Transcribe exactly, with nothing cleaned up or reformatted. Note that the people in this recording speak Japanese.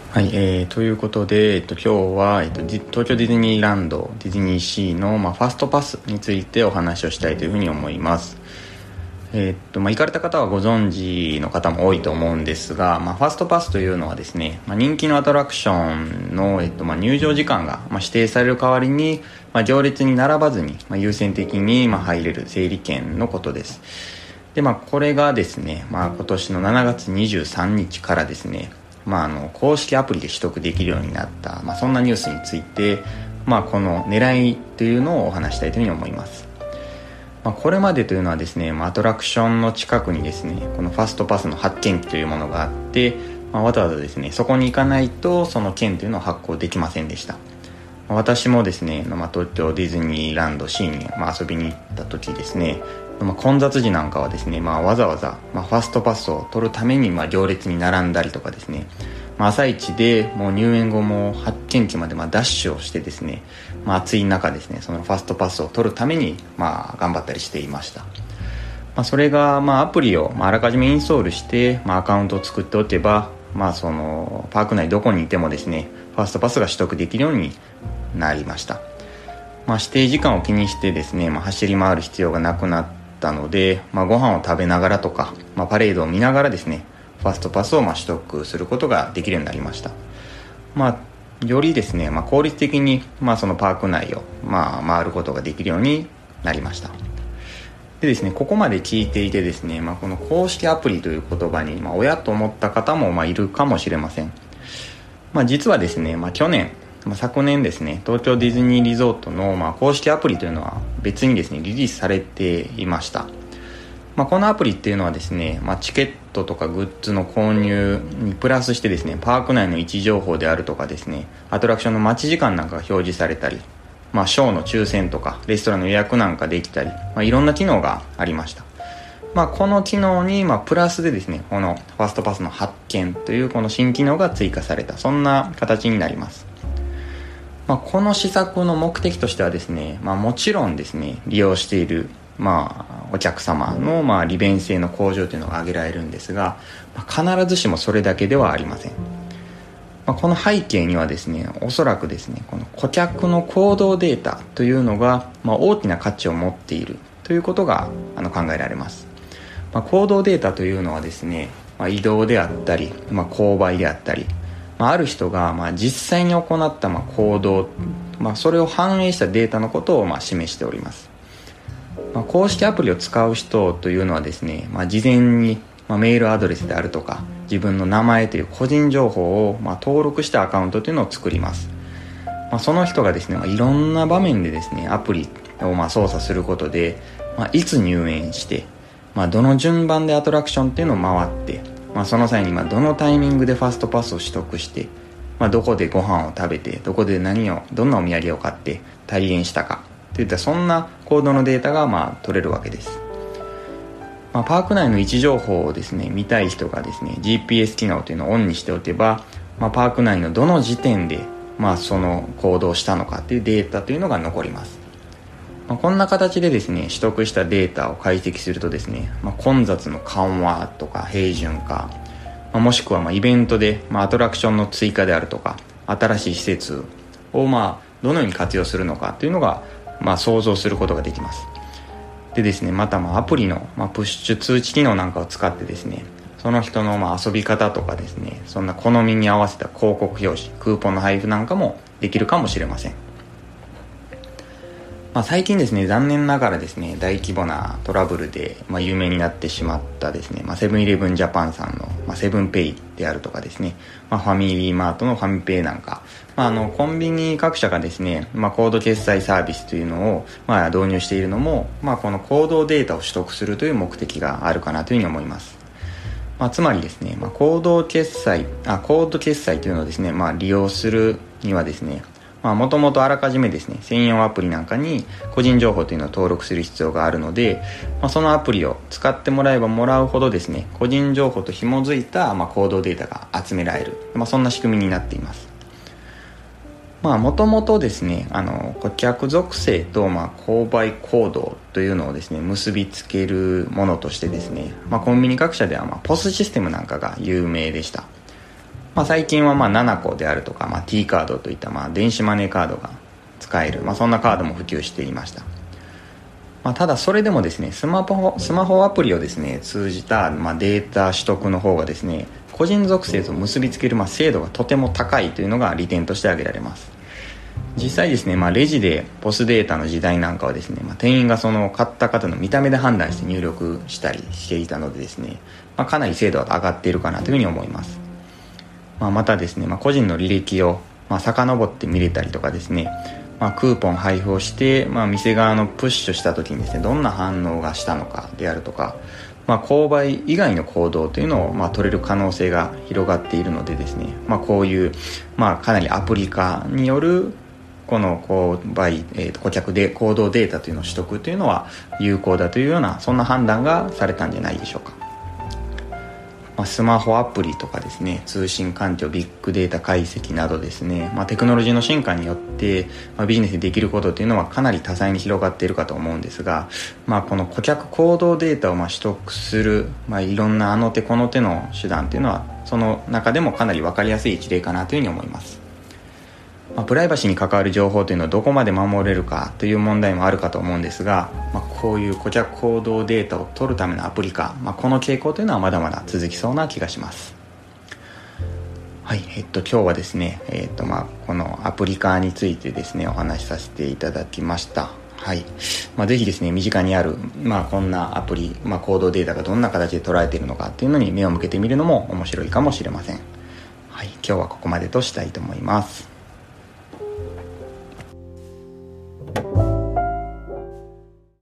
はい、えー、ということで、えっと、今日は、えっと、東京ディズニーランドディズニーシーの、まあ、ファストパスについてお話をしたいというふうに思います。えーっとまあ、行かれた方はご存知の方も多いと思うんですが、まあ、ファストパスというのはですね、まあ、人気のアトラクションの、えっとまあ、入場時間が、まあ、指定される代わりに、まあ、行列に並ばずに、まあ、優先的に、まあ、入れる整理券のことです。で、まあ、これがですね、まあ、今年のしちがつにじゅうさんにちからですね、まあ、あの公式アプリで取得できるようになった、まあ、そんなニュースについて、まあ、この狙いというのをお話したいというふうに思います。まあ、これまでというのはですね、まあ、アトラクションの近くにですね、このファストパスの発券機というものがあって、まあ、わざわざですね、そこに行かないとその券というのを発行できませんでした。まあ、私もですね、まあ、東京ディズニーランドシーに、まあ、遊びに行った時ですね、まあ、混雑時なんかはですね、まあ、わざわざ、まあ、ファストパスを取るために、まあ、行列に並んだりとかですね、まあ、朝一でもう入園後も発券機までまあダッシュをしてですね、まあ、暑い中ですね、そのファストパスを取るために、まあ、頑張ったりしていました。まあ、それが、まあ、アプリを、まあ、あらかじめインストールして、まあ、アカウントを作っておけば、まあ、そのパーク内どこにいてもですね、ファストパスが取得できるようになりました。まあ、指定時間を気にしてですね、まあ、走り回る必要がなくなったので、まあ、ご飯を食べながらとか、まあ、パレードを見ながらですね、ファストパスをまあ取得することができるようになりました。まあ、よりですね、まあ、効率的に、まあ、そのパーク内を、まあ、回ることができるようになりました。でですね、ここまで聞いていてですね、まあ、この公式アプリという言葉に、まあ、親と思った方もまあいるかもしれません。まあ、実はですね、まあ、去年、まあ、昨年ですね、東京ディズニーリゾートのまあ公式アプリというのは別にですねリリースされていました。まあ、このアプリっていうのはですね、まあ、チケットとかグッズの購入にプラスしてですね、パーク内の位置情報であるとかですね、アトラクションの待ち時間なんかが表示されたり、まあ、ショーの抽選とかレストランの予約なんかできたり、まあ、いろんな機能がありました。まあ、この機能にまあプラスでですね、このファストパスの発券というこの新機能が追加された、そんな形になります。まあ、この施策の目的としてはですね、まあ、もちろんですね、利用しているまあお客様のまあ利便性の向上というのが挙げられるんですが、まあ、必ずしもそれだけではありません。まあ、この背景にはですね、おそらくですね、この顧客の行動データというのがまあ大きな価値を持っているということがあの考えられます。まあ、行動データというのはですね、まあ、移動であったり、まあ、購買であったり、まあ、ある人がまあ実際に行ったまあ行動、まあ、それを反映したデータのことをまあ示しております。まあ、公式アプリを使う人というのはですね、まあ、事前にまあメールアドレスであるとか自分の名前という個人情報をまあ登録したアカウントというのを作ります。まあ、その人がですね、まあ、いろんな場面でですねアプリをまあ操作することで、まあ、いつ入園して、まあ、どの順番でアトラクションっていうのを回って、まあ、その際にまあどのタイミングでファストパスを取得して、まあ、どこでご飯を食べて、どこで何をどんなお土産を買って退園したかといったそんな行動のデータがまあ取れるわけです。まあ、パーク内の位置情報をですね見たい人がですね ジーピーエス 機能というのをオンにしておけば、まあ、パーク内のどの時点でまあその行動をしたのかというデータというのが残ります。まあ、こんな形でですね取得したデータを解析するとですね、まあ、混雑の緩和とか平準化、まあ、もしくはまあイベントでまあアトラクションの追加であるとか新しい施設をまあどのように活用するのかというのがまあ想像することができます。でですね、またまあアプリのまあプッシュ通知機能なんかを使ってですね、その人のまあ遊び方とかですね、そんな好みに合わせた広告表示、クーポンの配布なんかもできるかもしれません。まあ、最近ですね、残念ながらですね、大規模なトラブルで、まあ、有名になってしまったですね、まあ、セブンイレブンジャパンさんの、まあ、セブンペイであるとかですね、まあ、ファミリーマートのファミペイなんか、まあ、あのコンビニ各社がですね、まあ、コード決済サービスというのを、まあ、導入しているのも、まあ、この行動データを取得するという目的があるかなというふうに思います。まあ、つまりですね、まあ、コード決済あコード決済というのをですね、まあ、利用するにはですね、もともとあらかじめですね専用アプリなんかに個人情報というのを登録する必要があるので、まあ、そのアプリを使ってもらえばもらうほどですね個人情報と紐づいた、まあ、行動データが集められる、まあ、そんな仕組みになっています。まあもともとですねあの顧客属性と、まあ、購買行動というのをですね結びつけるものとしてですね、まあ、コンビニ各社では、まあ、ポスシステムなんかが有名でした。 まあ、最近はまあナナコであるとか、まあ、T カードといったまあ電子マネーカードが使える、まあ、そんなカードも普及していました。まあ、ただそれでもですね、スマホスマホアプリをですね通じたまあデータ取得の方がですね、個人属性と結びつけるまあ精度がとても高いというのが利点として挙げられます。実際ですね、まあ、レジでポスデータの時代なんかはですね、まあ、店員がその買った方の見た目で判断して入力したりしていたのでですね、まあ、かなり精度は上がっているかなというふうに思います。まあ、またですね、まあ、個人の履歴をまあ遡って見れたりとかですね、まあ、クーポン配布をして、まあ、店側のプッシュした時にですね、どんな反応がしたのかであるとか、まあ、購買以外の行動というのをまあ取れる可能性が広がっているのでですね、まあ、こういう、まあ、かなりアプリ化によるこの購買、えー、と顧客で行動データというのを取得というのは有効だというような、そんな判断がされたんじゃないでしょうか。まあ、スマホアプリとかですね、通信環境、ビッグデータ解析などですね、まあ、テクノロジーの進化によって、まあ、ビジネスでできることというのはかなり多彩に広がっているかと思うんですが、まあ、この顧客行動データをまあ取得する、まあ、いろんなあの手この手の手段というのは、その中でもかなり分かりやすい一例かなというふうに思います。まあ、プライバシーに関わる情報というのをどこまで守れるかという問題もあるかと思うんですが、まあ、こういう顧客行動データを取るためのアプリ化、まあ、この傾向というのはまだまだ続きそうな気がします。はい、えっと今日はですね、えっとまあこのアプリ化についてですねお話しさせていただきました。はい、まあ、ぜひですね身近にある、まあ、こんなアプリ、まあ、行動データがどんな形で捉えているのかっていうのに目を向けてみるのも面白いかもしれません。はい、今日はここまでとしたいと思います。